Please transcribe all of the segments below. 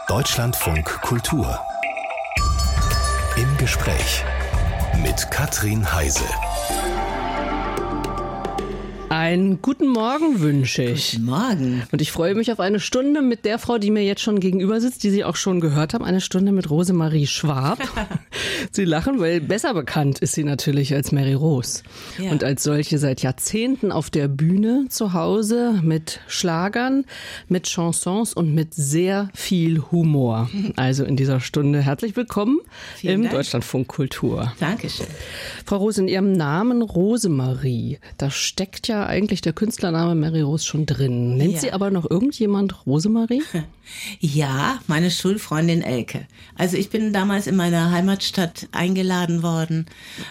Deutschlandfunk Kultur. Im Gespräch mit Katrin Heise. Einen guten Morgen wünsche ich. Guten Morgen. Und ich freue mich auf eine Stunde mit der Frau, die mir jetzt schon gegenüber sitzt, die Sie auch schon gehört haben. Eine Stunde mit Rosemarie Schwab. Sie lachen, weil besser bekannt ist sie natürlich als Mary Rose. Ja. Und als solche seit Jahrzehnten auf der Bühne zu Hause mit Schlagern, mit Chansons und mit sehr viel Humor. Also in dieser Stunde herzlich willkommen im Deutschlandfunk Kultur. Dankeschön. Frau Rose, in Ihrem Namen Rosemarie, da steckt ja eigentlich der Künstlername Mary Rose schon drin. Nennt sie aber noch irgendjemand Rosemarie? Ja, meine Schulfreundin Elke. Also ich bin damals in meiner Heimatstadt eingeladen worden,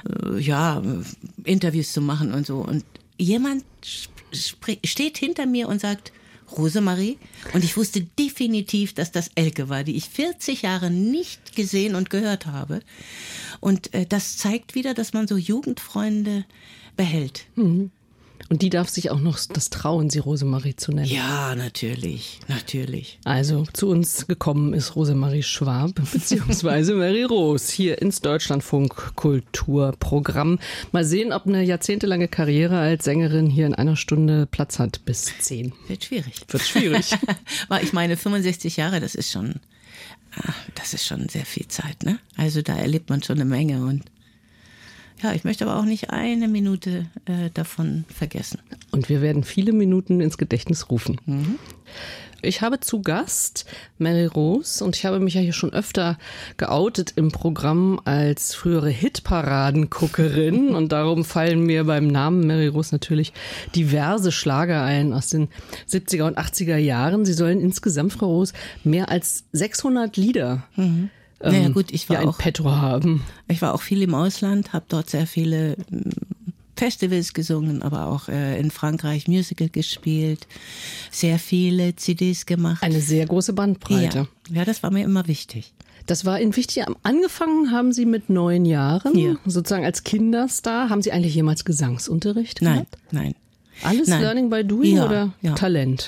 Interviews zu machen und so. Und jemand steht hinter mir und sagt, Rosemarie. Und ich wusste definitiv, dass das Elke war, die ich 40 Jahre nicht gesehen und gehört habe. Und das zeigt wieder, dass man so Jugendfreunde behält. Mhm. Und die darf sich auch noch das trauen, sie Rosemarie zu nennen. Ja, natürlich. Also zu uns gekommen ist Rosemarie Schwab beziehungsweise Mary Rose hier ins Deutschlandfunk Kulturprogramm. Mal sehen, ob eine jahrzehntelange Karriere als Sängerin hier in einer Stunde Platz hat bis 10. Wird schwierig. Weil ich meine, 65 Jahre, das ist schon sehr viel Zeit, ne? Also da erlebt man schon eine Menge und ja, ich möchte aber auch nicht eine Minute davon vergessen. Und wir werden viele Minuten ins Gedächtnis rufen. Mhm. Ich habe zu Gast Mary Rose und ich habe mich ja hier schon öfter geoutet im Programm als frühere Hitparadenguckerin und darum fallen mir beim Namen Mary Rose natürlich diverse Schlager ein aus den 70er und 80er Jahren. Sie sollen insgesamt, Frau Rose, mehr als 600 Lieder naja, gut, ich war in petto haben. Ich war auch viel im Ausland, habe dort sehr viele Festivals gesungen, aber auch in Frankreich Musical gespielt, sehr viele CDs gemacht. Eine sehr große Bandbreite. Ja, das war mir immer wichtig. Das war Ihnen wichtig. Angefangen haben Sie mit 9 Jahren, sozusagen als Kinderstar. Haben Sie eigentlich jemals Gesangsunterricht gehabt? Nein. Alles Learning by Doing oder Talent?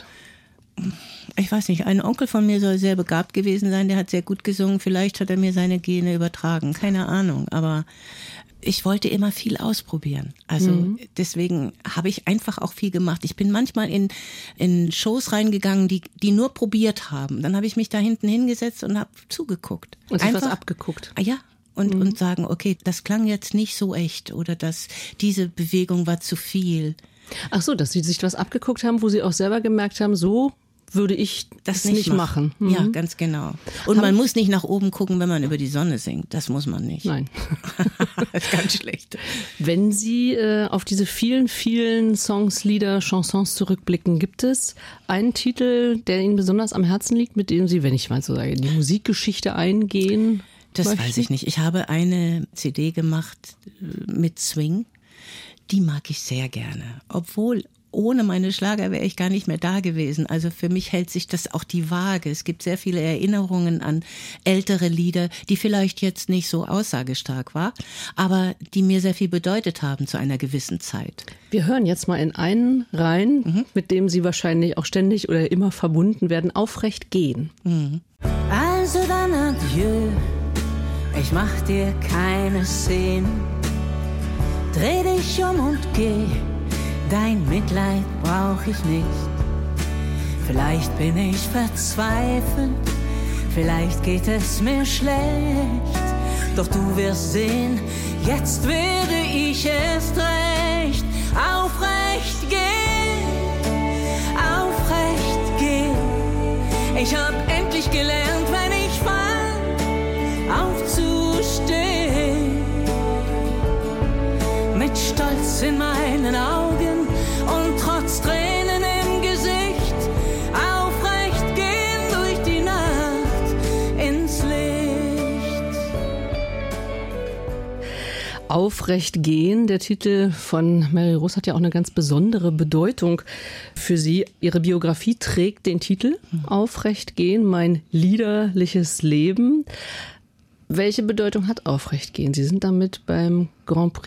Ich weiß nicht, ein Onkel von mir soll sehr begabt gewesen sein, der hat sehr gut gesungen, vielleicht hat er mir seine Gene übertragen, keine Ahnung, aber ich wollte immer viel ausprobieren, also deswegen habe ich einfach auch viel gemacht. Ich bin manchmal in Shows reingegangen, die nur probiert haben, dann habe ich mich da hinten hingesetzt und habe zugeguckt. Und sich was abgeguckt? Ja. Und sagen, okay, das klang jetzt nicht so echt oder diese Bewegung war zu viel. Ach so, dass Sie sich was abgeguckt haben, wo Sie auch selber gemerkt haben, so würde ich das nicht machen. Ja, ganz genau. Und man muss nicht nach oben gucken, wenn man über die Sonne singt. Das muss man nicht. Nein. Das ist ganz schlecht. Wenn Sie auf diese vielen, vielen Songs, Lieder, Chansons zurückblicken, gibt es einen Titel, der Ihnen besonders am Herzen liegt, mit dem Sie, wenn ich mal so sage, in die Musikgeschichte eingehen Das möchten? Weiß ich nicht. Ich habe eine CD gemacht mit Swing. Die mag ich sehr gerne. Obwohl, ohne meine Schlager wäre ich gar nicht mehr da gewesen. Also für mich hält sich das auch die Waage. Es gibt sehr viele Erinnerungen an ältere Lieder, die vielleicht jetzt nicht so aussagestark war, aber die mir sehr viel bedeutet haben zu einer gewissen Zeit. Wir hören jetzt mal in einen rein, mit dem Sie wahrscheinlich auch ständig oder immer verbunden werden, Aufrecht gehen. Also dann adieu, ich mach dir keine Szenen. Dreh dich um und geh, dein Mitleid brauch ich nicht. Vielleicht bin ich verzweifelt, vielleicht geht es mir schlecht. Doch du wirst sehen, jetzt werde ich erst recht. Aufrecht gehen, aufrecht gehen. Ich hab endlich gelernt, wenn ich fall, aufzustehen. Mit Stolz in meinen Augen und trotz Tränen im Gesicht, aufrecht gehen durch die Nacht ins Licht. Aufrecht gehen, der Titel von Mary Rose hat ja auch eine ganz besondere Bedeutung für Sie. Ihre Biografie trägt den Titel Aufrecht gehen, mein liederliches Leben. Welche Bedeutung hat Aufrecht gehen? Sie sind damit beim Grand Prix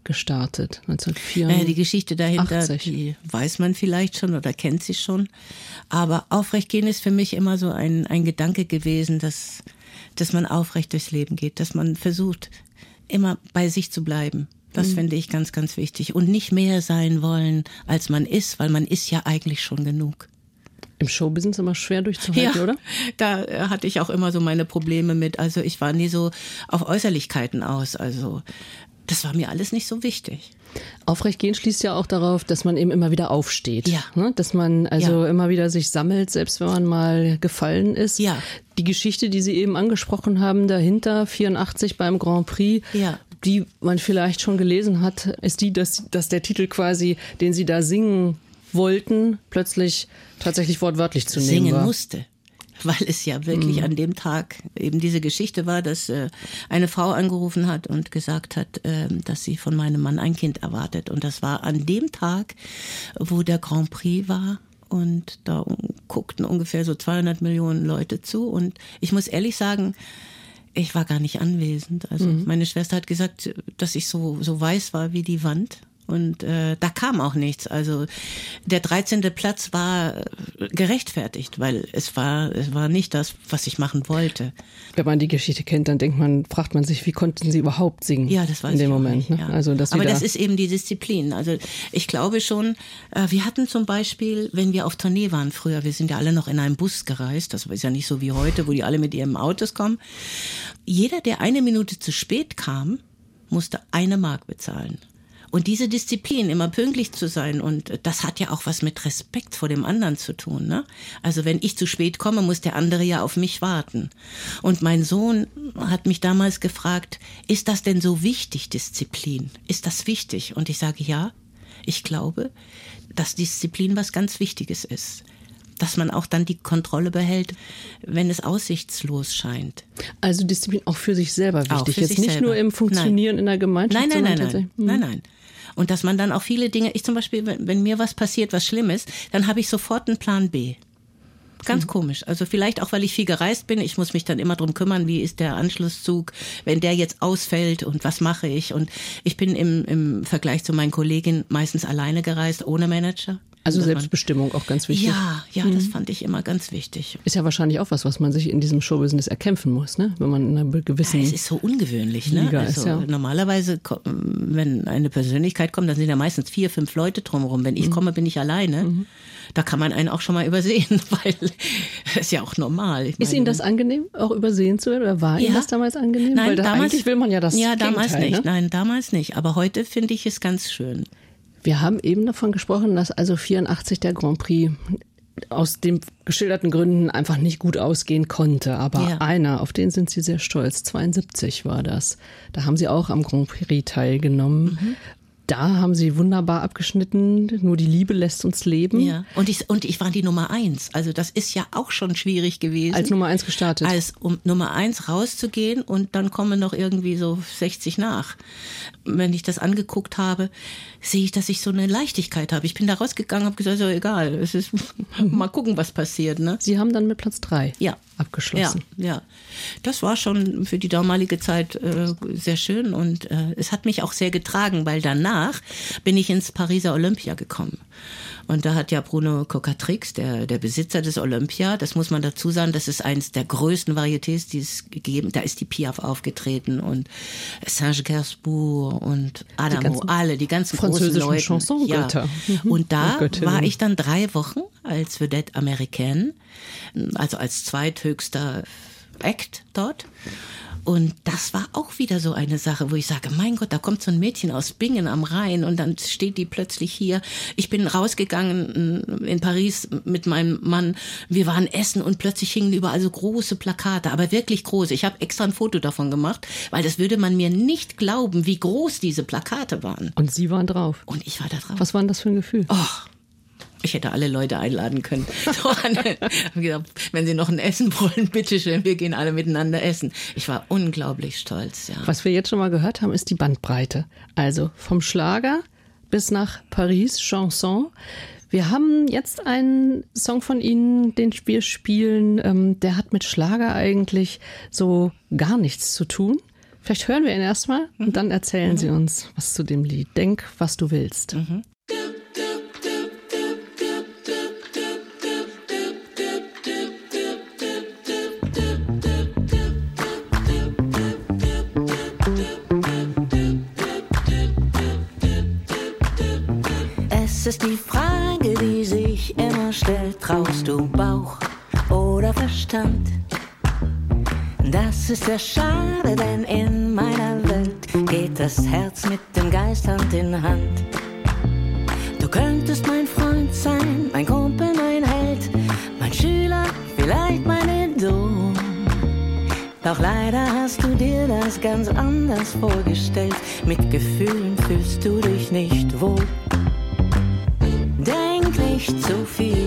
gestartet, 1984. Die Geschichte dahinter, die weiß man vielleicht schon oder kennt sie schon. Aber Aufrechtgehen ist für mich immer so ein Gedanke gewesen, dass man aufrecht durchs Leben geht, dass man versucht, immer bei sich zu bleiben. Das finde ich ganz, ganz wichtig. Und nicht mehr sein wollen, als man ist, weil man ist ja eigentlich schon genug. Im Showbusiness immer schwer durchzuhalten, oder? Da hatte ich auch immer so meine Probleme mit. Also ich war nie so auf Äußerlichkeiten aus. Also das war mir alles nicht so wichtig. Aufrechtgehen schließt ja auch darauf, dass man eben immer wieder aufsteht. Ja. Ne? Dass man also immer wieder sich sammelt, selbst wenn man mal gefallen ist. Ja. Die Geschichte, die Sie eben angesprochen haben, dahinter, 84 beim Grand Prix, die man vielleicht schon gelesen hat, ist die, dass der Titel quasi, den Sie da singen wollten, plötzlich tatsächlich wortwörtlich zu nehmen war. Singen musste. Weil es ja wirklich an dem Tag eben diese Geschichte war, dass eine Frau angerufen hat und gesagt hat, dass sie von meinem Mann ein Kind erwartet. Und das war an dem Tag, wo der Grand Prix war. Und da guckten ungefähr so 200 Millionen Leute zu. Und ich muss ehrlich sagen, ich war gar nicht anwesend. Also meine Schwester hat gesagt, dass ich so weiß war wie die Wand. Und da kam auch nichts. Also der 13. Platz war gerechtfertigt, weil es war nicht das, was ich machen wollte. Wenn man die Geschichte kennt, dann fragt man sich, wie konnten Sie überhaupt singen? Ja, das weiß in dem ich Moment. Nicht, ne? ja. Also, aber das ist eben die Disziplin. Also ich glaube schon, wir hatten zum Beispiel, wenn wir auf Tournee waren früher, wir sind ja alle noch in einem Bus gereist, das ist ja nicht so wie heute, wo die alle mit ihren Autos kommen. Jeder, der 1 Minute zu spät kam, musste 1 Mark bezahlen. Und diese Disziplin, immer pünktlich zu sein, und das hat ja auch was mit Respekt vor dem anderen zu tun, ne? Also wenn ich zu spät komme, muss der andere ja auf mich warten. Und mein Sohn hat mich damals gefragt, ist das denn so wichtig, Disziplin? Ist das wichtig? Und ich sage, ja, ich glaube, dass Disziplin was ganz Wichtiges ist. Dass man auch dann die Kontrolle behält, wenn es aussichtslos scheint. Also Disziplin auch für sich selber wichtig. Jetzt nicht selber. nur im Funktionieren in der Gemeinschaft. Nein. Und dass man dann auch viele Dinge, ich zum Beispiel, wenn mir was passiert, was Schlimmes, dann habe ich sofort einen Plan B. Ganz komisch. Also vielleicht auch, weil ich viel gereist bin. Ich muss mich dann immer drum kümmern, wie ist der Anschlusszug, wenn der jetzt ausfällt und was mache ich. Und ich bin im Vergleich zu meinen Kolleginnen meistens alleine gereist, ohne Manager. Also Selbstbestimmung auch ganz wichtig. Ja, das fand ich immer ganz wichtig. Ist ja wahrscheinlich auch was man sich in diesem Showbusiness erkämpfen muss, ne? Wenn man in einer gewissen es ist so ungewöhnlich, ne? Liga also ist, ja. Normalerweise, wenn eine Persönlichkeit kommt, dann sind ja meistens 4, 5 Leute drumherum. Wenn ich komme, bin ich alleine. Da kann man einen auch schon mal übersehen, weil das ist ja auch normal. Ist Ihnen das angenehm, auch übersehen zu werden? Oder war Ihnen das damals angenehm? Nein, weil eigentlich will man ja das Ja, damals Gegenteil, nicht. Ne? Nein, damals nicht. Aber heute finde ich es ganz schön. Wir haben eben davon gesprochen, dass also 84 der Grand Prix aus den geschilderten Gründen einfach nicht gut ausgehen konnte. Aber einer, auf den sind Sie sehr stolz, 72 war das. Da haben Sie auch am Grand Prix teilgenommen. Da haben Sie wunderbar abgeschnitten, nur die Liebe lässt uns leben. Ja. Und ich war die Nummer 1. Also das ist ja auch schon schwierig gewesen. Als Nummer 1 gestartet. Als um Nummer 1 rauszugehen und dann kommen noch irgendwie so 60 nach. Wenn ich das angeguckt habe, sehe ich, dass ich so eine Leichtigkeit habe. Ich bin da rausgegangen, habe gesagt, so egal, es ist mal gucken, was passiert. Ne? Sie haben dann mit Platz 3 abgeschlossen. Ja. Das war schon für die damalige Zeit sehr schön und es hat mich auch sehr getragen, weil danach bin ich ins Pariser Olympia gekommen. Und da hat ja Bruno Cocatrix, der Besitzer des Olympia, das muss man dazu sagen, das ist eins der größten Varietés, die es gegeben. Da ist die Piaf aufgetreten und Serge Gainsbourg und Adamo, die ganzen großen Leute. Chansongötter. Und da war ich dann 3 Wochen als Vedette Américaine, also als zweithöchster Act dort. Und das war auch wieder so eine Sache, wo ich sage, mein Gott, da kommt so ein Mädchen aus Bingen am Rhein und dann steht die plötzlich hier. Ich bin rausgegangen in Paris mit meinem Mann. Wir waren essen und plötzlich hingen überall so große Plakate, aber wirklich groß. Ich habe extra ein Foto davon gemacht, weil das würde man mir nicht glauben, wie groß diese Plakate waren. Und Sie waren drauf. Und ich war da drauf. Was war denn das für ein Gefühl? Ich hätte alle Leute einladen können. Hab gesagt, wenn Sie noch ein Essen wollen, bitteschön, wir gehen alle miteinander essen. Ich war unglaublich stolz, ja. Was wir jetzt schon mal gehört haben, ist die Bandbreite. Also vom Schlager bis nach Paris, Chanson. Wir haben jetzt einen Song von Ihnen, den wir spielen, der hat mit Schlager eigentlich so gar nichts zu tun. Vielleicht hören wir ihn erstmal und dann erzählen Sie uns was zu dem Lied. Denk, was du willst. Es ist die Frage, die sich immer stellt, traust du Bauch oder Verstand? Das ist sehr schade, denn in meiner Welt geht das Herz mit dem Geist Hand in Hand. Du könntest mein Freund sein, mein Kumpel, mein Held, mein Schüler, vielleicht mein Idol. Doch leider hast du dir das ganz anders vorgestellt, mit Gefühlen fühlst du dich nicht wohl. Denk nicht zu viel,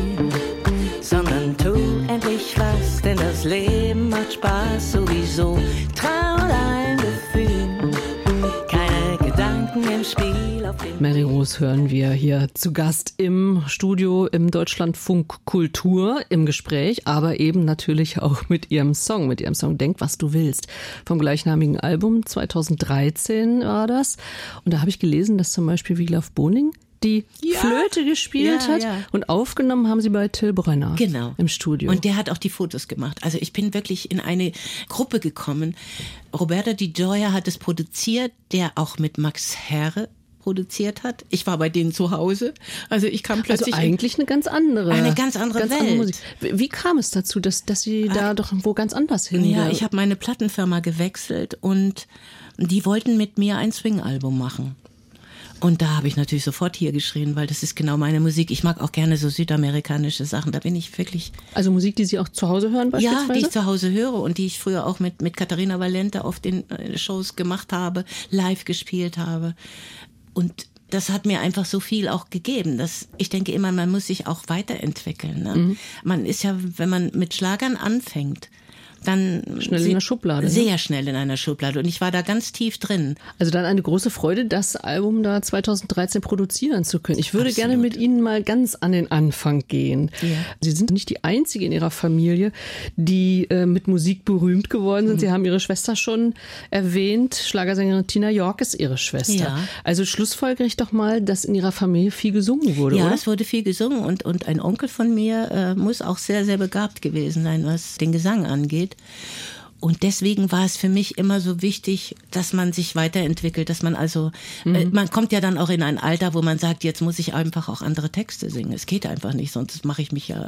sondern tu endlich was, denn das Leben macht Spaß sowieso. Trau dein Gefühl, keine Gedanken im Spiel. Auf dem Mary Rose hören wir hier zu Gast im Studio im Deutschlandfunk Kultur im Gespräch, aber eben natürlich auch mit ihrem Song Denk, was du willst. Vom gleichnamigen Album 2013 war das. Und da habe ich gelesen, dass zum Beispiel Wiglaf Boning die Flöte gespielt hat und aufgenommen haben sie bei Till Brönner im Studio. Und der hat auch die Fotos gemacht. Also ich bin wirklich in eine Gruppe gekommen. Roberto Di Gioia hat es produziert, der auch mit Max Herre produziert hat. Ich war bei denen zu Hause. Also ich kam plötzlich... Also eigentlich eine ganz andere Welt. Andere Musik. Wie kam es dazu, dass Sie da doch wo ganz anders hin? Ja, ich habe meine Plattenfirma gewechselt und die wollten mit mir ein Swing-Album machen. Und da habe ich natürlich sofort hier geschrien, weil das ist genau meine Musik. Ich mag auch gerne so südamerikanische Sachen. Da bin ich wirklich... Also Musik, die Sie auch zu Hause hören beispielsweise? Ja, die ich zu Hause höre und die ich früher auch mit Katharina Valente auf den Shows gemacht habe, live gespielt habe. Und das hat mir einfach so viel auch gegeben. Ich denke immer, man muss sich auch weiterentwickeln. Ne? Man ist ja, wenn man mit Schlagern anfängt, dann schnell in der Schublade. Sehr schnell in einer Schublade. Und ich war da ganz tief drin. Also dann eine große Freude, das Album da 2013 produzieren zu können. Ich würde gerne mit Ihnen mal ganz an den Anfang gehen. Ja. Sie sind nicht die Einzige in Ihrer Familie, die mit Musik berühmt geworden sind. Sie haben Ihre Schwester schon erwähnt. Schlagersängerin Tina York ist Ihre Schwester. Ja. Also schlussfolgere ich doch mal, dass in Ihrer Familie viel gesungen wurde, ja, oder? Ja, es wurde viel gesungen. Und ein Onkel von mir muss auch sehr, sehr begabt gewesen sein, was den Gesang angeht. Und deswegen war es für mich immer so wichtig, dass man sich weiterentwickelt, dass man man kommt ja dann auch in ein Alter, wo man sagt, jetzt muss ich einfach auch andere Texte singen. Es geht einfach nicht, sonst mache ich mich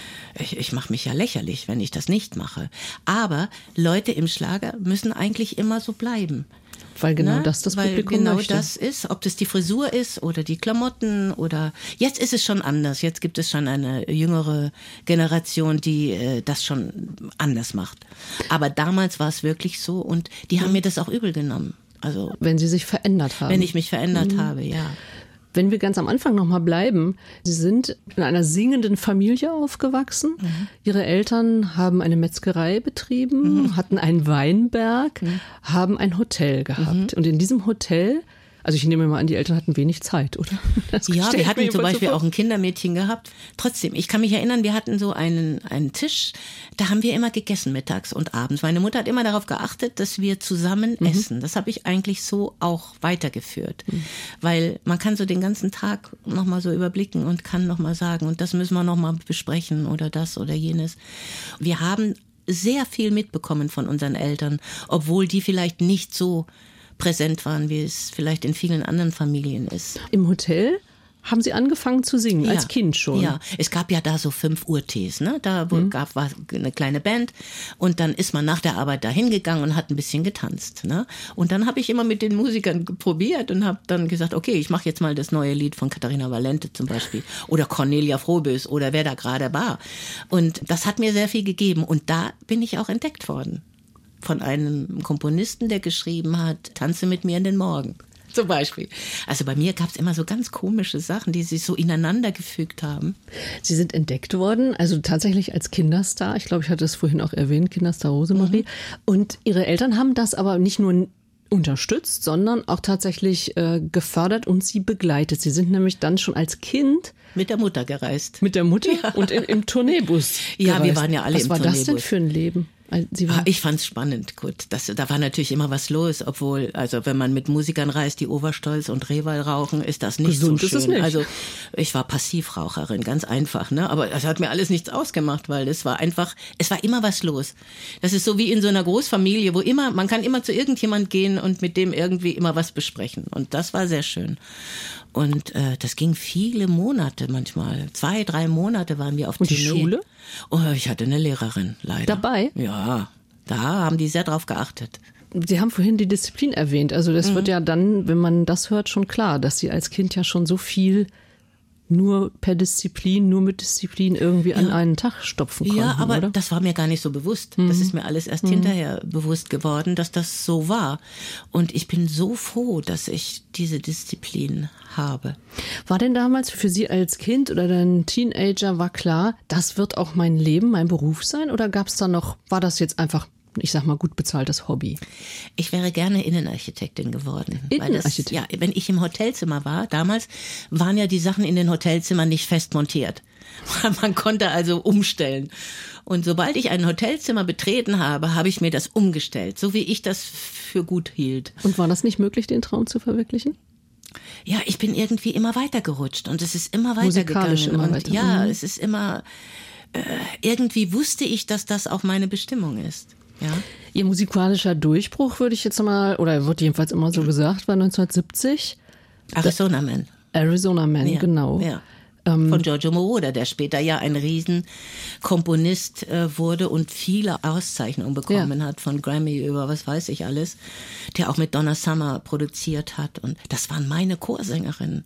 ich mache mich ja lächerlich, wenn ich das nicht mache. Aber Leute im Schlager müssen eigentlich immer so bleiben. Weil genau das Publikum genau möchte. Das ist, ob das die Frisur ist oder die Klamotten oder jetzt ist es schon anders. Jetzt gibt es schon eine jüngere Generation, die das schon anders macht. Aber damals war es wirklich so und die haben mir das auch übel genommen. Also wenn Sie sich verändert haben. Wenn ich mich verändert habe, ja. Wenn wir ganz am Anfang nochmal bleiben, Sie sind in einer singenden Familie aufgewachsen. Ihre Eltern haben eine Metzgerei betrieben, hatten einen Weinberg, haben ein Hotel gehabt. Und in diesem Hotel, also ich nehme mal an, die Eltern hatten wenig Zeit, oder? Ja, wir hatten zum Beispiel auch ein Kindermädchen gehabt. Trotzdem, ich kann mich erinnern, wir hatten so einen Tisch, da haben wir immer gegessen mittags und abends. Meine Mutter hat immer darauf geachtet, dass wir zusammen essen. Das habe ich eigentlich so auch weitergeführt. Weil man kann so den ganzen Tag nochmal so überblicken und kann nochmal sagen, und das müssen wir nochmal besprechen oder das oder jenes. Wir haben sehr viel mitbekommen von unseren Eltern, obwohl die vielleicht nicht so präsent waren, wie es vielleicht in vielen anderen Familien ist. Im Hotel haben Sie angefangen zu singen, als Kind schon? Ja, es gab ja da so 5 Uhr-Tees, ne? Da war eine kleine Band und dann ist man nach der Arbeit da hingegangen und hat ein bisschen getanzt, ne? Und dann habe ich immer mit den Musikern probiert und habe dann gesagt, okay, ich mache jetzt mal das neue Lied von Katharina Valente zum Beispiel oder Cornelia Frohbös oder wer da gerade war. Und das hat mir sehr viel gegeben und da bin ich auch entdeckt worden. Von einem Komponisten, der geschrieben hat, Tanze mit mir in den Morgen, zum Beispiel. Also bei mir gab es immer so ganz komische Sachen, die sich so ineinander gefügt haben. Sie sind entdeckt worden, also tatsächlich als Kinderstar. Ich glaube, ich hatte es vorhin auch erwähnt, Kinderstar Rosemarie. Und Ihre Eltern haben das aber nicht nur unterstützt, sondern auch tatsächlich gefördert und Sie begleitet. Sie sind nämlich dann schon als Kind mit der Mutter gereist. Mit der Mutter und im Tourneebus gereist. Ja, wir waren ja alle im Tourneebus. Was war das denn für ein Leben? Sie war Ich fand's spannend, gut. Da war natürlich immer was los, obwohl, also wenn man mit Musikern reist, die Oberstolz und Rehwall rauchen, ist das nicht Gesund so ist es schön. nicht. Also ich war Passivraucherin, ganz einfach, ne? Aber das hat mir alles nichts ausgemacht, weil es war immer was los. Das ist so wie in so einer Großfamilie, man kann immer zu irgendjemand gehen und mit dem irgendwie immer was besprechen. Und das war sehr schön. Und das ging viele Monate manchmal. 2, 3 Monate waren wir auf Und die Tournee. Schule? Oh, ich hatte eine Lehrerin, leider. Dabei? Ja, da haben die sehr drauf geachtet. Sie haben vorhin die Disziplin erwähnt. Also das wird ja dann, wenn man das hört, schon klar, dass Sie als Kind ja schon so viel nur mit Disziplin irgendwie an einen Tag stopfen konnten, Ja, aber oder? das war mir gar nicht so bewusst. Das ist mir alles erst hinterher bewusst geworden, dass das so war. Und ich bin so froh, dass ich diese Disziplin habe. War denn damals für Sie als Kind oder dann Teenager war klar, das wird auch mein Leben, mein Beruf sein? Oder gab es da noch, war das jetzt einfach, ich sag mal, gut bezahltes Hobby? Ich wäre gerne Innenarchitektin geworden. Innenarchitektin? Ja, wenn ich im Hotelzimmer war, damals waren ja die Sachen in den Hotelzimmern nicht fest montiert. Man konnte also umstellen. Und sobald ich ein Hotelzimmer betreten habe, habe ich mir das umgestellt, so wie ich das für gut hielt. Und war das nicht möglich, den Traum zu verwirklichen? Ja, ich bin irgendwie immer weitergerutscht und es ist immer Musikalisch weitergegangen. immer Und weiter. ja, es ist immer, irgendwie wusste ich, dass das auch meine Bestimmung ist. Ja. Ihr musikalischer Durchbruch, würde ich jetzt mal, oder wird jedenfalls immer so gesagt, war 1970. Arizona Man. Arizona Man, Ja, genau. Ja. Von Giorgio Moroder, der später ja ein Riesenkomponist wurde und viele Auszeichnungen bekommen hat, von Grammy über was weiß ich alles, der auch mit Donna Summer produziert hat. Und das waren meine Chorsängerinnen.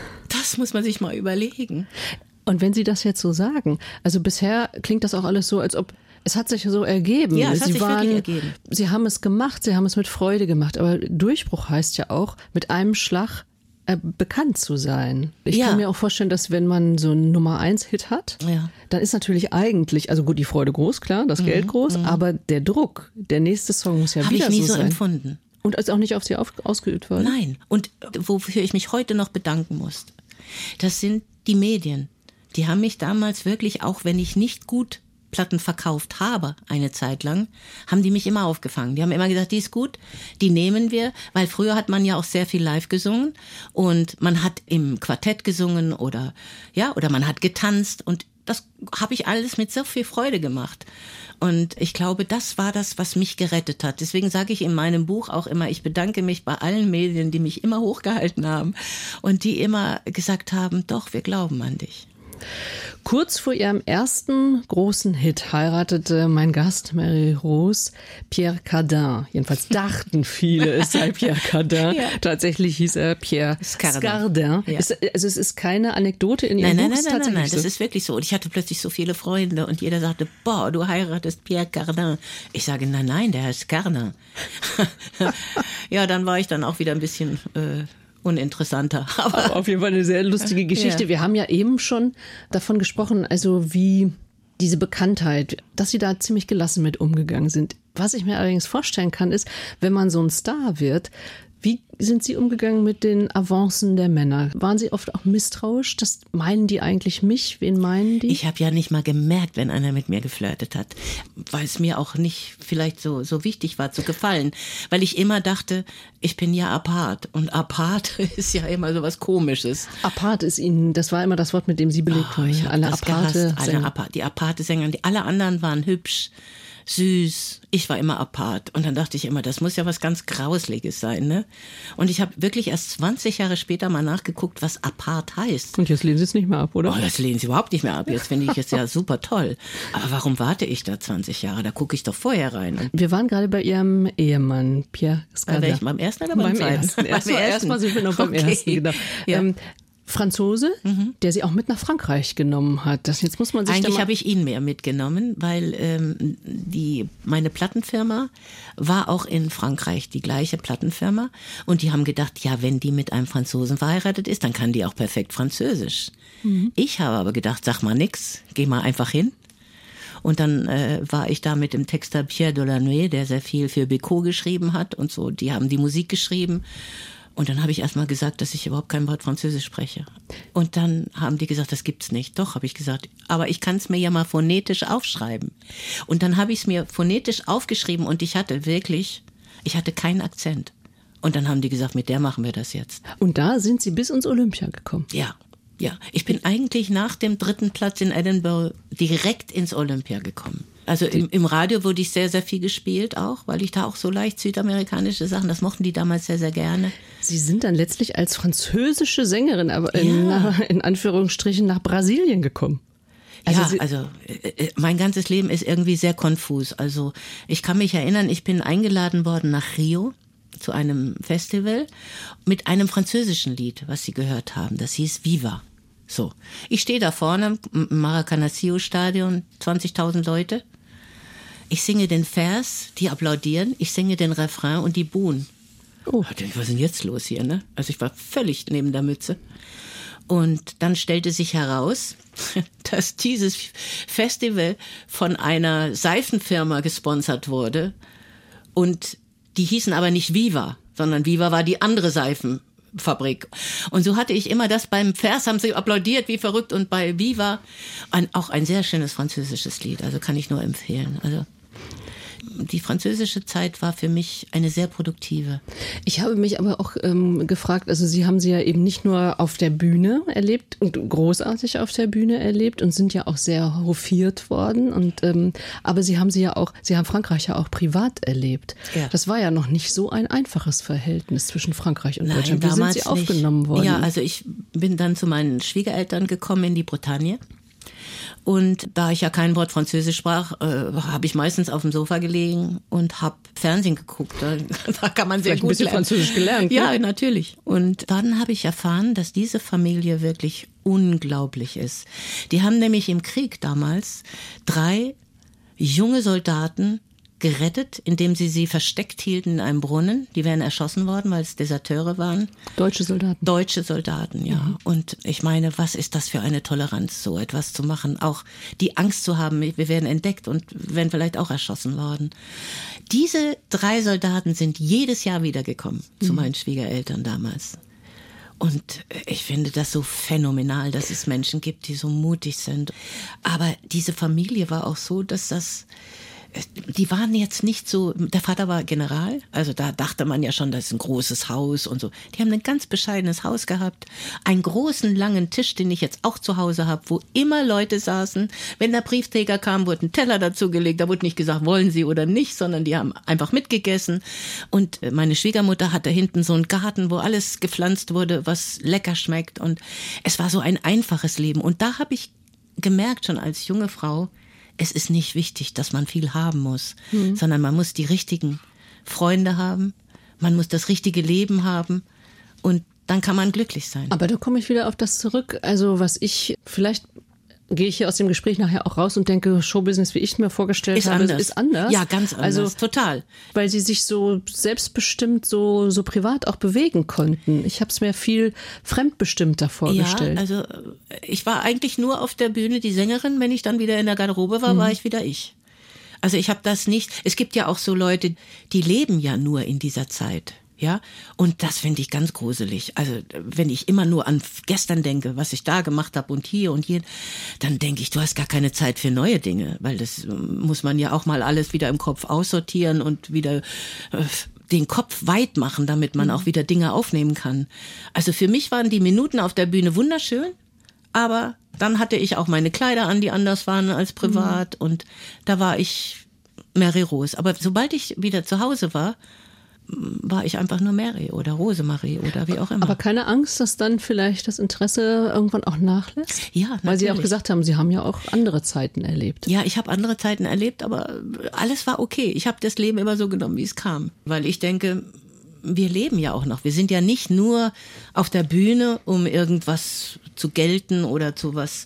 Das muss man sich mal überlegen. Und wenn Sie das jetzt so sagen, also bisher klingt das auch alles so, als ob es hat sich so ergeben. Ja, es hat sich wirklich ergeben. Sie haben es gemacht, Sie haben es mit Freude gemacht. Aber Durchbruch heißt ja auch, mit einem Schlag bekannt zu sein. Ich kann mir auch vorstellen, dass wenn man so einen Nummer-1-Hit hat, dann ist natürlich eigentlich, also gut, die Freude groß, klar, das Geld groß, aber der Druck, der nächste Song muss ja wieder so sein. Habe ich nie so empfunden. Und ist auch nicht auf Sie ausgeübt worden? Nein. Und wofür ich mich heute noch bedanken muss, das sind die Medien. Die haben mich damals wirklich, auch wenn ich nicht gut Platten verkauft habe, eine Zeit lang, haben die mich immer aufgefangen. Die haben immer gesagt, die ist gut, die nehmen wir, weil früher hat man ja auch sehr viel live gesungen und man hat im Quartett gesungen oder man hat getanzt und das habe ich alles mit so viel Freude gemacht. Und ich glaube, das war das, was mich gerettet hat. Deswegen sage ich in meinem Buch auch immer, ich bedanke mich bei allen Medien, die mich immer hochgehalten haben und die immer gesagt haben, doch, wir glauben an dich. Kurz vor ihrem ersten großen Hit heiratete mein Gast Mary Rose Pierre Cardin. Jedenfalls dachten viele, es sei Pierre Cardin. Ja. Tatsächlich hieß er Pierre Scardin. Ja. Also es ist keine Anekdote in Ihrem Buch? Nein, das ist wirklich so. Und ich hatte plötzlich so viele Freunde und jeder sagte, boah, du heiratest Pierre Cardin. Ich sage, nein, der heißt Cardin. Ja, dann war ich dann auch wieder ein bisschen uninteressanter. Aber auf jeden Fall eine sehr lustige Geschichte. Ja. Wir haben ja eben schon davon gesprochen, also wie diese Bekanntheit, dass Sie da ziemlich gelassen mit umgegangen sind. Was ich mir allerdings vorstellen kann, ist, wenn man so ein Star wird, wie sind Sie umgegangen mit den Avancen der Männer? Waren Sie oft auch misstrauisch? Das meinen die eigentlich mich? Wen meinen die? Ich habe ja nicht mal gemerkt, wenn einer mit mir geflirtet hat, weil es mir auch nicht vielleicht so wichtig war zu gefallen, weil ich immer dachte, ich bin ja apart und apart ist ja immer so was Komisches. Apart ist Ihnen, das war immer das Wort, mit dem Sie belegt wurden. Die aparte Sängerin, alle anderen waren hübsch, süß. Ich war immer apart. Und dann dachte ich immer, das muss ja was ganz Grausliches sein, ne? Und ich habe wirklich erst 20 Jahre später mal nachgeguckt, was apart heißt. Und jetzt lehnen Sie es nicht mehr ab, oder? Oh, das lehnen Sie überhaupt nicht mehr ab. Jetzt finde ich es ja super toll. Aber warum warte ich da 20 Jahre? Da gucke ich doch vorher rein. Und wir waren gerade bei Ihrem Ehemann, Pierre Scardin. Beim ersten oder beim zweiten? Erstmal sind wir noch beim ersten, genau. Ja. Franzose, der Sie auch mit nach Frankreich genommen hat. Jetzt muss man sich eigentlich habe ich ihn mehr mitgenommen, weil meine Plattenfirma war auch in Frankreich, die gleiche Plattenfirma. Und die haben gedacht, ja, wenn die mit einem Franzosen verheiratet ist, dann kann die auch perfekt Französisch. Ich habe aber gedacht, sag mal nix, geh mal einfach hin. Und dann war ich da mit dem Texter Pierre Delanoë, der sehr viel für Beko geschrieben hat und so. Die haben die Musik geschrieben. Und dann habe ich erstmal gesagt, dass ich überhaupt kein Wort Französisch spreche. Und dann haben die gesagt, das gibt's nicht. Doch, habe ich gesagt, aber ich kann es mir ja mal phonetisch aufschreiben. Und dann habe ich es mir phonetisch aufgeschrieben und ich hatte keinen Akzent. Und dann haben die gesagt, mit der machen wir das jetzt. Und da sind Sie bis ins Olympia gekommen? Ja. Ich bin eigentlich nach dem 3. Platz in Edinburgh direkt ins Olympia gekommen. Also im Radio wurde ich sehr, sehr viel gespielt auch, weil ich da auch so leicht südamerikanische Sachen, das mochten die damals sehr, sehr gerne. Sie sind dann letztlich als französische Sängerin, aber in Anführungsstrichen nach Brasilien gekommen. Also mein ganzes Leben ist irgendwie sehr konfus. Also ich kann mich erinnern, ich bin eingeladen worden nach Rio zu einem Festival mit einem französischen Lied, was Sie gehört haben. Das hieß Viva. So, ich stehe da vorne im Maracanã-Stadion, 20.000 Leute. Ich singe den Vers, die applaudieren, ich singe den Refrain und die buhen. Oh. Was ist denn jetzt los hier, ne? Also ich war völlig neben der Mütze. Und dann stellte sich heraus, dass dieses Festival von einer Seifenfirma gesponsert wurde. Und die hießen aber nicht Viva, sondern Viva war die andere Seifenfabrik. Und so hatte ich immer das beim Vers, haben sie applaudiert wie verrückt, und bei Viva auch ein sehr schönes französisches Lied, also kann ich nur empfehlen. Also die französische Zeit war für mich eine sehr produktive. Ich habe mich aber auch gefragt, also Sie haben sie ja eben nicht nur auf der Bühne erlebt und großartig auf der Bühne erlebt und sind ja auch sehr hofiert worden. Und aber Sie haben Frankreich ja auch privat erlebt. Ja. Das war ja noch nicht so ein einfaches Verhältnis zwischen Frankreich und Deutschland. Wie sind Sie aufgenommen worden? Ja, also ich bin dann zu meinen Schwiegereltern gekommen in die Bretagne. Und da ich ja kein Wort Französisch sprach, habe ich meistens auf dem Sofa gelegen und habe Fernsehen geguckt. Da kann man sehr Vielleicht gut ein bisschen lernen. Französisch gelernt. Ja, natürlich. Und dann habe ich erfahren, dass diese Familie wirklich unglaublich ist. Die haben nämlich im Krieg damals 3 junge Soldaten gerettet, indem sie versteckt hielten in einem Brunnen. Die wären erschossen worden, weil es Deserteure waren. Deutsche Soldaten. Deutsche Soldaten, ja. Mhm. Und ich meine, was ist das für eine Toleranz, so etwas zu machen? Auch die Angst zu haben, wir werden entdeckt und werden vielleicht auch erschossen worden. Diese 3 Soldaten sind jedes Jahr wiedergekommen zu meinen Schwiegereltern damals. Und ich finde das so phänomenal, dass es Menschen gibt, die so mutig sind. Aber diese Familie war auch so, dass die waren jetzt nicht so, der Vater war General, also da dachte man ja schon, das ist ein großes Haus und so. Die haben ein ganz bescheidenes Haus gehabt, einen großen, langen Tisch, den ich jetzt auch zu Hause habe, wo immer Leute saßen. Wenn der Briefträger kam, wurde ein Teller dazugelegt, da wurde nicht gesagt, wollen Sie oder nicht, sondern die haben einfach mitgegessen. Und meine Schwiegermutter hatte hinten so einen Garten, wo alles gepflanzt wurde, was lecker schmeckt. Und es war so ein einfaches Leben. Und da habe ich gemerkt, schon als junge Frau, es ist nicht wichtig, dass man viel haben muss, sondern man muss die richtigen Freunde haben, man muss das richtige Leben haben und dann kann man glücklich sein. Aber da komme ich wieder auf das zurück, also vielleicht gehe ich hier aus dem Gespräch nachher auch raus und denke, Showbusiness, wie ich es mir vorgestellt habe, ist anders. Ja, ganz anders, also, total. Weil sie sich so selbstbestimmt, so privat auch bewegen konnten. Ich habe es mir viel fremdbestimmter vorgestellt. Ja, also ich war eigentlich nur auf der Bühne die Sängerin. Wenn ich dann wieder in der Garderobe war, war ich wieder ich. Also ich habe das nicht, es gibt ja auch so Leute, die leben ja nur in dieser Zeit. Ja, und das finde ich ganz gruselig. Also wenn ich immer nur an gestern denke, was ich da gemacht habe und hier, dann denke ich, du hast gar keine Zeit für neue Dinge, weil das muss man ja auch mal alles wieder im Kopf aussortieren und wieder den Kopf weit machen, damit man auch wieder Dinge aufnehmen kann. Also für mich waren die Minuten auf der Bühne wunderschön, aber dann hatte ich auch meine Kleider an, die anders waren als privat und da war ich Mary Rose. Aber sobald ich wieder zu Hause war ich einfach nur Mary oder Rosemarie oder wie auch immer. Aber keine Angst, dass dann vielleicht das Interesse irgendwann auch nachlässt? Ja, natürlich. Weil Sie auch gesagt haben, Sie haben ja auch andere Zeiten erlebt. Ja, ich habe andere Zeiten erlebt, aber alles war okay. Ich habe das Leben immer so genommen, wie es kam. Weil ich denke, wir leben ja auch noch. Wir sind ja nicht nur auf der Bühne, um irgendwas zu gelten oder zu was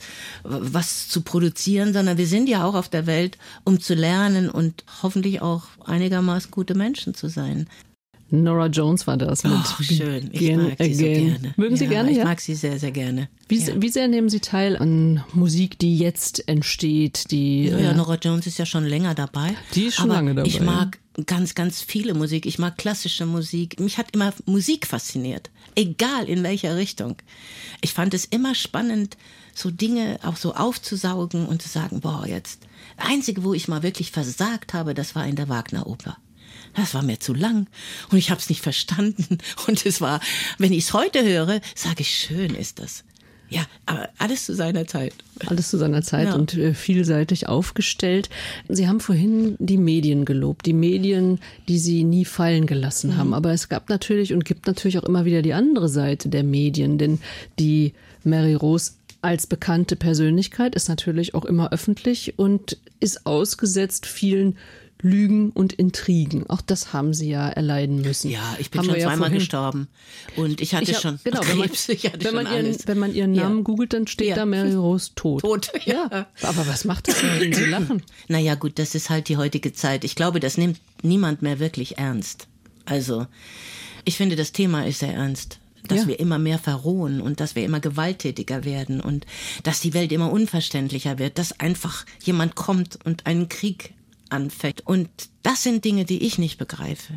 zu produzieren, sondern wir sind ja auch auf der Welt, um zu lernen und hoffentlich auch einigermaßen gute Menschen zu sein. Norah Jones war das mit schön. Ich mag sie so gerne. Mögen Sie gerne? Ich mag sie sehr, sehr gerne. Wie sehr nehmen Sie teil an Musik, die jetzt entsteht? Ja, Norah Jones ist ja schon länger dabei. Die ist schon lange dabei. Ich mag ganz, ganz viele Musik. Ich mag klassische Musik. Mich hat immer Musik fasziniert, egal in welcher Richtung. Ich fand es immer spannend, so Dinge auch so aufzusaugen und zu sagen, boah, jetzt. Das Einzige, wo ich mal wirklich versagt habe, das war in der Wagner-Oper. Das war mir zu lang und ich habe es nicht verstanden. Und es war, wenn ich es heute höre, sage ich, schön ist das. Ja, aber alles zu seiner Zeit. Alles zu seiner Zeit, ja. Und vielseitig aufgestellt. Sie haben vorhin die Medien gelobt, die Medien, die Sie nie fallen gelassen haben. Aber es gab natürlich und gibt natürlich auch immer wieder die andere Seite der Medien, denn die Mary Rose als bekannte Persönlichkeit ist natürlich auch immer öffentlich und ist ausgesetzt vielen Lügen und Intrigen. Auch das haben Sie ja erleiden müssen. Ja, ich bin schon zweimal gestorben. Und ich hatte schon Krebs. Wenn man Ihren Namen googelt, dann steht da Mary Rose tot. Ja. Aber was macht das denn, wenn Sie lachen? Naja, gut, das ist halt die heutige Zeit. Ich glaube, das nimmt niemand mehr wirklich ernst. Also, ich finde, das Thema ist sehr ernst. Dass wir immer mehr verrohen und dass wir immer gewalttätiger werden und dass die Welt immer unverständlicher wird, dass einfach jemand kommt und einen Krieg anfängt. Und das sind Dinge, die ich nicht begreife.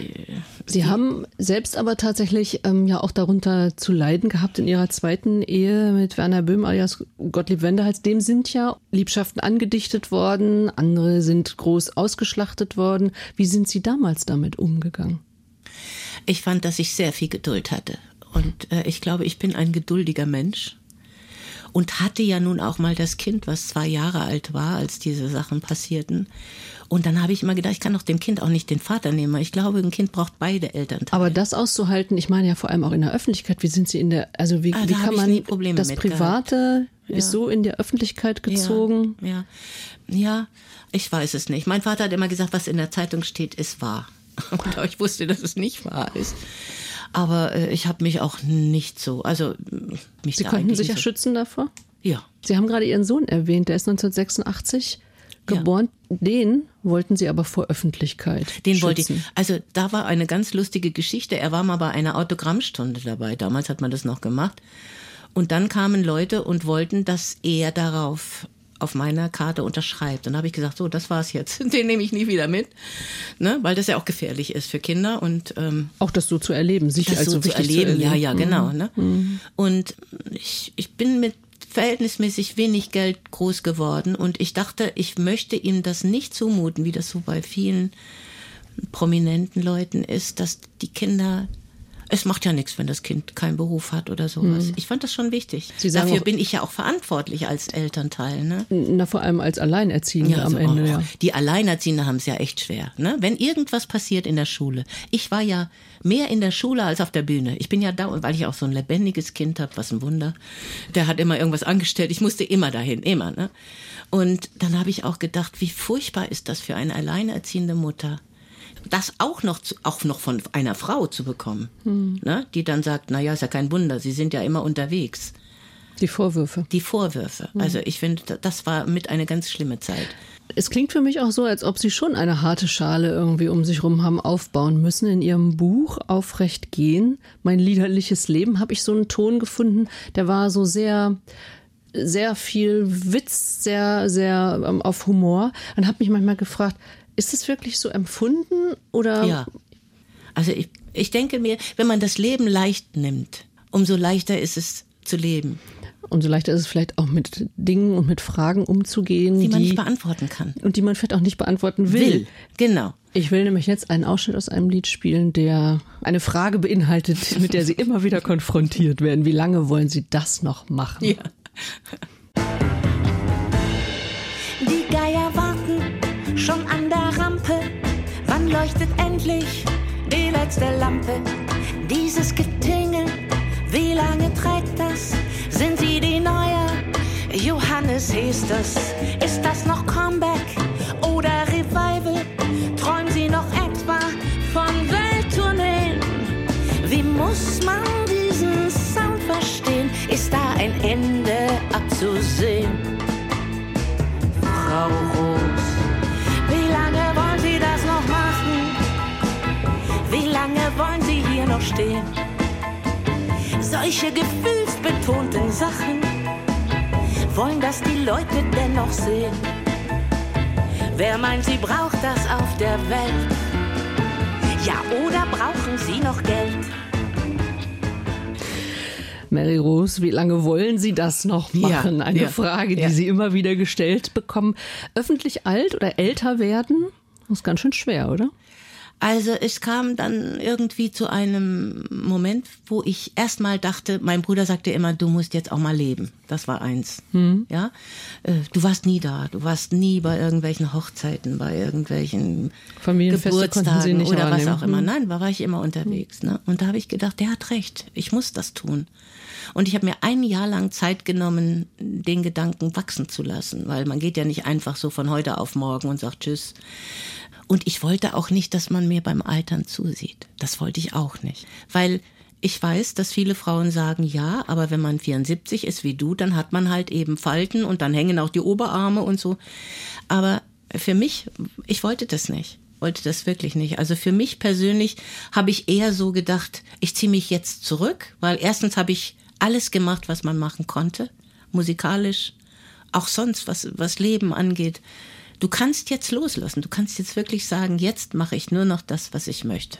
Sie haben selbst aber tatsächlich ja auch darunter zu leiden gehabt in Ihrer zweiten Ehe mit Werner Böhm alias Gottlieb Wendehals. Dem sind ja Liebschaften angedichtet worden, andere sind groß ausgeschlachtet worden. Wie sind Sie damals damit umgegangen? Ich fand, dass ich sehr viel Geduld hatte. Und ich glaube, ich bin ein geduldiger Mensch. Und hatte ja nun auch mal das Kind, was 2 Jahre alt war, als diese Sachen passierten. Und dann habe ich immer gedacht, ich kann doch dem Kind auch nicht den Vater nehmen. Ich glaube, ein Kind braucht beide Elternteile. Aber das auszuhalten, ich meine ja vor allem auch in der Öffentlichkeit. Wie sind Sie in der, also wie kann man, das Private ist so in der Öffentlichkeit gezogen? Ja, ich weiß es nicht. Mein Vater hat immer gesagt, was in der Zeitung steht, ist wahr. Und ich wusste, dass es nicht wahr ist. Aber ich habe mich auch nicht so, Sie konnten sich ja schützen davor? Ja. Sie haben gerade Ihren Sohn erwähnt, der ist 1986 geboren. Den wollten Sie aber vor Öffentlichkeit schützen. Wollte ich. Also da war eine ganz lustige Geschichte. Er war mal bei einer Autogrammstunde dabei. Damals hat man das noch gemacht. Und dann kamen Leute und wollten, dass er darauf auf meiner Karte unterschreibt. Und da habe ich gesagt, so, das war's jetzt. Den nehme ich nie wieder mit, ne? Weil das ja auch gefährlich ist für Kinder. Und auch das so zu erleben, sich das also so zu erleben. Ja, genau. Ne? Und ich bin mit verhältnismäßig wenig Geld groß geworden und ich dachte, ich möchte ihm das nicht zumuten, wie das so bei vielen prominenten Leuten ist, dass die Kinder... Es macht ja nichts, wenn das Kind keinen Beruf hat oder sowas. Ich fand das schon wichtig. Dafür bin ich ja auch verantwortlich als Elternteil. Ne? Na, vor allem als Alleinerziehende am Ende. Ja. Die Alleinerziehende haben es ja echt schwer. Ne? Wenn irgendwas passiert in der Schule. Ich war ja mehr in der Schule als auf der Bühne. Ich bin ja da, weil ich auch so ein lebendiges Kind habe, was ein Wunder. Der hat immer irgendwas angestellt. Ich musste immer dahin, immer. Ne? Und dann habe ich auch gedacht, wie furchtbar ist das für eine alleinerziehende Mutter, das auch noch von einer Frau zu bekommen, ne? Die dann sagt, naja, ist ja kein Wunder, Sie sind ja immer unterwegs. Die Vorwürfe. Also ich finde, das war mit eine ganz schlimme Zeit. Es klingt für mich auch so, als ob Sie schon eine harte Schale irgendwie um sich rum haben aufbauen müssen. In Ihrem Buch Aufrecht gehen, mein liederliches Leben, habe ich so einen Ton gefunden, der war so sehr... sehr viel Witz, sehr, sehr auf Humor. Und habe mich manchmal gefragt, ist es wirklich so empfunden oder? Ja, also ich denke mir, wenn man das Leben leicht nimmt, umso leichter ist es zu leben. Umso leichter ist es vielleicht auch mit Dingen und mit Fragen umzugehen, die man nicht beantworten kann. Und die man vielleicht auch nicht beantworten will. Genau. Ich will nämlich jetzt einen Ausschnitt aus einem Lied spielen, der eine Frage beinhaltet, mit der Sie immer wieder konfrontiert werden. Wie lange wollen Sie das noch machen? Ja. Die Geier warten schon an der Rampe. Wann leuchtet endlich die letzte Lampe? Dieses Getingel, wie lange trägt das? Sind Sie die neue Johannes Hesters? Ist das noch Comeback oder Revival? Träumen Sie noch etwa von Welttourneen? Wie muss man diesen Sound verstehen? Ist da ein Ende abzusehen? Frau Roos, wie lange wollen Sie das noch machen? Wie lange wollen Sie hier noch stehen? Solche gefühlsbetonten Sachen wollen das die Leute dennoch sehen. Wer meint, sie braucht das auf der Welt? Ja, oder brauchen sie noch Geld? Mary Rose, wie lange wollen Sie das noch machen? Eine Frage, die Sie immer wieder gestellt bekommen. Öffentlich alt oder älter werden? Das ist ganz schön schwer, oder? Also es kam dann irgendwie zu einem Moment, wo ich erstmal dachte, mein Bruder sagte immer, du musst jetzt auch mal leben. Das war eins. Ja? Du warst nie da. Du warst nie bei irgendwelchen Hochzeiten, bei irgendwelchen Geburtstagen oder was auch immer. Nein, war ich immer unterwegs. Ne? Und da habe ich gedacht, der hat recht. Ich muss das tun. Und ich habe mir ein Jahr lang Zeit genommen, den Gedanken wachsen zu lassen. Weil man geht ja nicht einfach so von heute auf morgen und sagt Tschüss. Und ich wollte auch nicht, dass man mir beim Altern zusieht. Das wollte ich auch nicht. Weil ich weiß, dass viele Frauen sagen, ja, aber wenn man 74 ist wie du, dann hat man halt eben Falten und dann hängen auch die Oberarme und so. Aber für mich, ich wollte das nicht. Wollte das wirklich nicht. Also für mich persönlich habe ich eher so gedacht, ich ziehe mich jetzt zurück, weil erstens habe ich alles gemacht, was man machen konnte, musikalisch, auch sonst, was Leben angeht. Du kannst jetzt loslassen. Du kannst jetzt wirklich sagen, jetzt mache ich nur noch das, was ich möchte.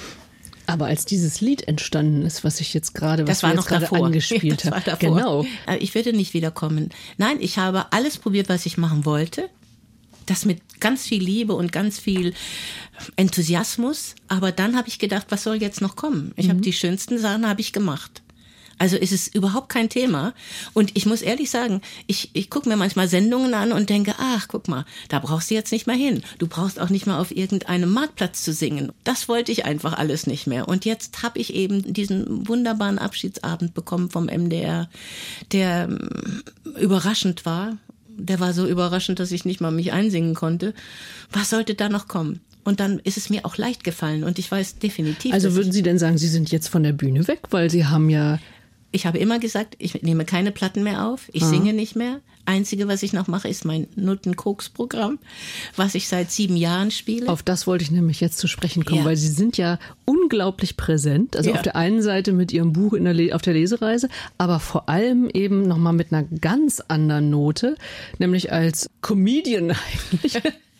Aber als dieses Lied entstanden ist, was ich jetzt gerade, das war noch davor. Angespielt habe. Das war davor. Genau. Ich würde nicht wiederkommen. Nein, ich habe alles probiert, was ich machen wollte. Das mit ganz viel Liebe und ganz viel Enthusiasmus. Aber dann habe ich gedacht, was soll jetzt noch kommen? Ich habe die schönsten Sachen habe ich gemacht. Also ist es überhaupt kein Thema. Und ich muss ehrlich sagen, ich gucke mir manchmal Sendungen an und denke, ach, guck mal, da brauchst du jetzt nicht mehr hin. Du brauchst auch nicht mal auf irgendeinem Marktplatz zu singen. Das wollte ich einfach alles nicht mehr. Und jetzt habe ich eben diesen wunderbaren Abschiedsabend bekommen vom MDR, der überraschend war. Der war so überraschend, dass ich nicht mal mich einsingen konnte. Was sollte da noch kommen? Und dann ist es mir auch leicht gefallen. Und ich weiß definitiv... Also würden Sie denn sagen, Sie sind jetzt von der Bühne weg? Weil Sie haben ja... Ich habe immer gesagt, ich nehme keine Platten mehr auf, ich singe nicht mehr. Einzige, was ich noch mache, ist mein Nutten-Koks-Programm, was ich seit 7 Jahren spiele. Auf das wollte ich nämlich jetzt zu sprechen kommen, weil Sie sind ja unglaublich präsent. Also auf der einen Seite mit Ihrem Buch auf der Lesereise, aber vor allem eben nochmal mit einer ganz anderen Note, nämlich als Comedian eigentlich.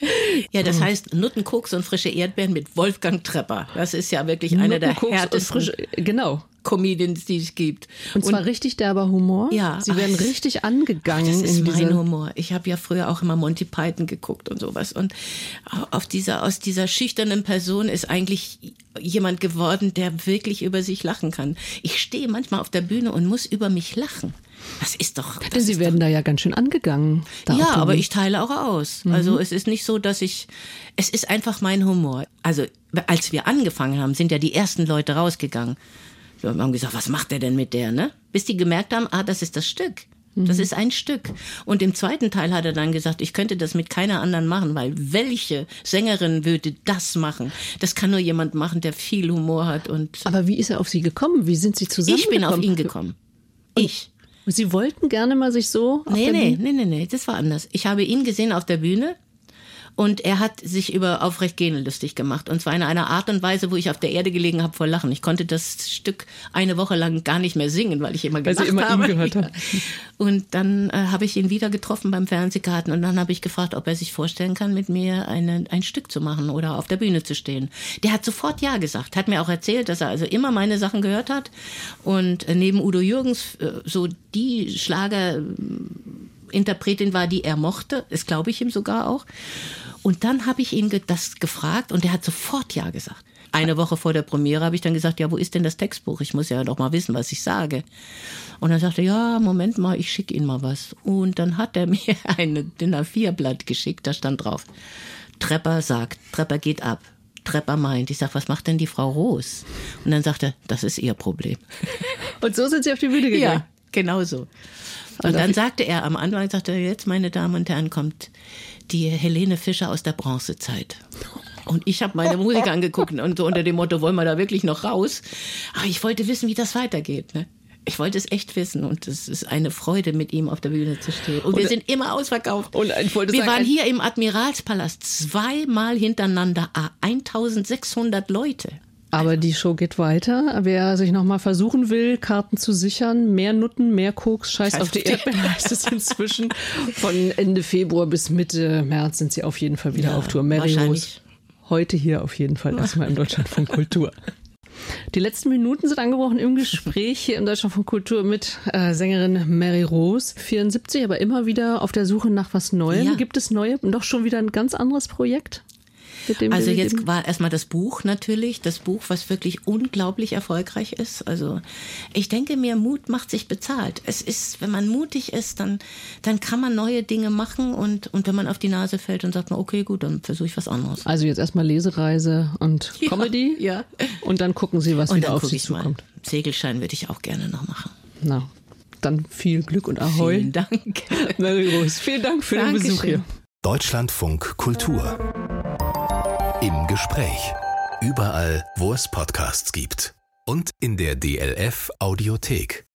Ja, das heißt Nutten, Koks und frische Erdbeeren mit Wolfgang Trepper. Das ist ja wirklich einer der härtesten Comedians, die es gibt. Und zwar richtig derber Humor? Ja. Sie werden richtig angegangen. Das ist mein Humor. Ich habe ja früher auch immer Monty Python geguckt und sowas. Und aus dieser schüchternen Person ist eigentlich jemand geworden, der wirklich über sich lachen kann. Ich stehe manchmal auf der Bühne und muss über mich lachen. Das ist doch... Denn Sie werden da ja ganz schön angegangen. Ja, aber ich teile auch aus. Also es ist nicht so, dass es ist einfach mein Humor. Also als wir angefangen haben, sind ja die ersten Leute rausgegangen. Wir haben gesagt, was macht der denn mit der, ne? Bis die gemerkt haben, das ist das Stück. Das ist ein Stück. Und im zweiten Teil hat er dann gesagt, ich könnte das mit keiner anderen machen, weil welche Sängerin würde das machen? Das kann nur jemand machen, der viel Humor hat. Aber wie ist er auf Sie gekommen? Wie sind Sie zusammengekommen? Ich bin auf ihn gekommen. Und Sie wollten gerne mal sich so auf der Bühne? Nee, das war anders. Ich habe ihn gesehen auf der Bühne. Und er hat sich über Aufrechtgehen lustig gemacht. Und zwar in einer Art und Weise, wo ich auf der Erde gelegen habe vor Lachen. Ich konnte das Stück eine Woche lang gar nicht mehr singen, weil ich immer gelacht habe. Weil Sie immer ihn gehört haben. Und dann habe ich ihn wieder getroffen beim Fernsehgarten. Und dann habe ich gefragt, ob er sich vorstellen kann, mit mir ein Stück zu machen oder auf der Bühne zu stehen. Der hat sofort ja gesagt. Hat mir auch erzählt, dass er also immer meine Sachen gehört hat. Und neben Udo Jürgens so die Schlagerinterpretin war, die er mochte. Das glaube ich ihm sogar auch. Und dann habe ich ihn das gefragt und er hat sofort ja gesagt. Eine Woche vor der Premiere habe ich dann gesagt, ja, wo ist denn das Textbuch? Ich muss ja doch mal wissen, was ich sage. Und dann sagte er, ja, Moment mal, ich schicke Ihnen mal was. Und dann hat er mir ein DIN A4-Blatt geschickt, da stand drauf, Trepper sagt, Trepper geht ab. Trepper meint. Ich sag, was macht denn die Frau Roos? Und dann sagte er, das ist ihr Problem. Und so sind Sie auf die Bühne gegangen? Ja, genau so. Und dann sagte er am Anfang, jetzt, meine Damen und Herren, kommt die Helene Fischer aus der Bronzezeit. Und ich habe meine Musik angeguckt und so unter dem Motto, wollen wir da wirklich noch raus? Aber ich wollte wissen, wie das weitergeht. Ne? Ich wollte es echt wissen und es ist eine Freude, mit ihm auf der Bühne zu stehen. Und wir sind immer ausverkauft. Und wir waren hier im Admiralspalast 2-mal hintereinander, 1600 Leute. Aber die Show geht weiter. Wer sich nochmal versuchen will, Karten zu sichern, mehr Nutten, mehr Koks, Scheiß auf die Erdbeeren heißt es inzwischen. Von Ende Februar bis Mitte März sind sie auf jeden Fall wieder auf Tour. Mary Rose heute hier auf jeden Fall erstmal im Deutschlandfunk Kultur. Die letzten Minuten sind angebrochen im Gespräch hier im Deutschlandfunk Kultur mit Sängerin Mary Rose, 74, aber immer wieder auf der Suche nach was Neuem. Ja. Gibt es neue, doch schon wieder ein ganz anderes Projekt? Also jetzt war erstmal das Buch natürlich, das Buch, was wirklich unglaublich erfolgreich ist. Also ich denke mir, Mut macht sich bezahlt. Es ist, wenn man mutig ist, dann kann man neue Dinge machen und wenn man auf die Nase fällt, dann sagt man, okay, gut, dann versuche ich was anderes. Also jetzt erstmal Lesereise und Comedy und dann gucken Sie, was wieder auf Sie zukommt. Segelschein würde ich auch gerne noch machen. Na, dann viel Glück und Ahoi. Vielen Dank. Mary Rose, vielen Dank für den Besuch hier. Deutschlandfunk Kultur. Im Gespräch. Überall, wo es Podcasts gibt. Und in der DLF Audiothek.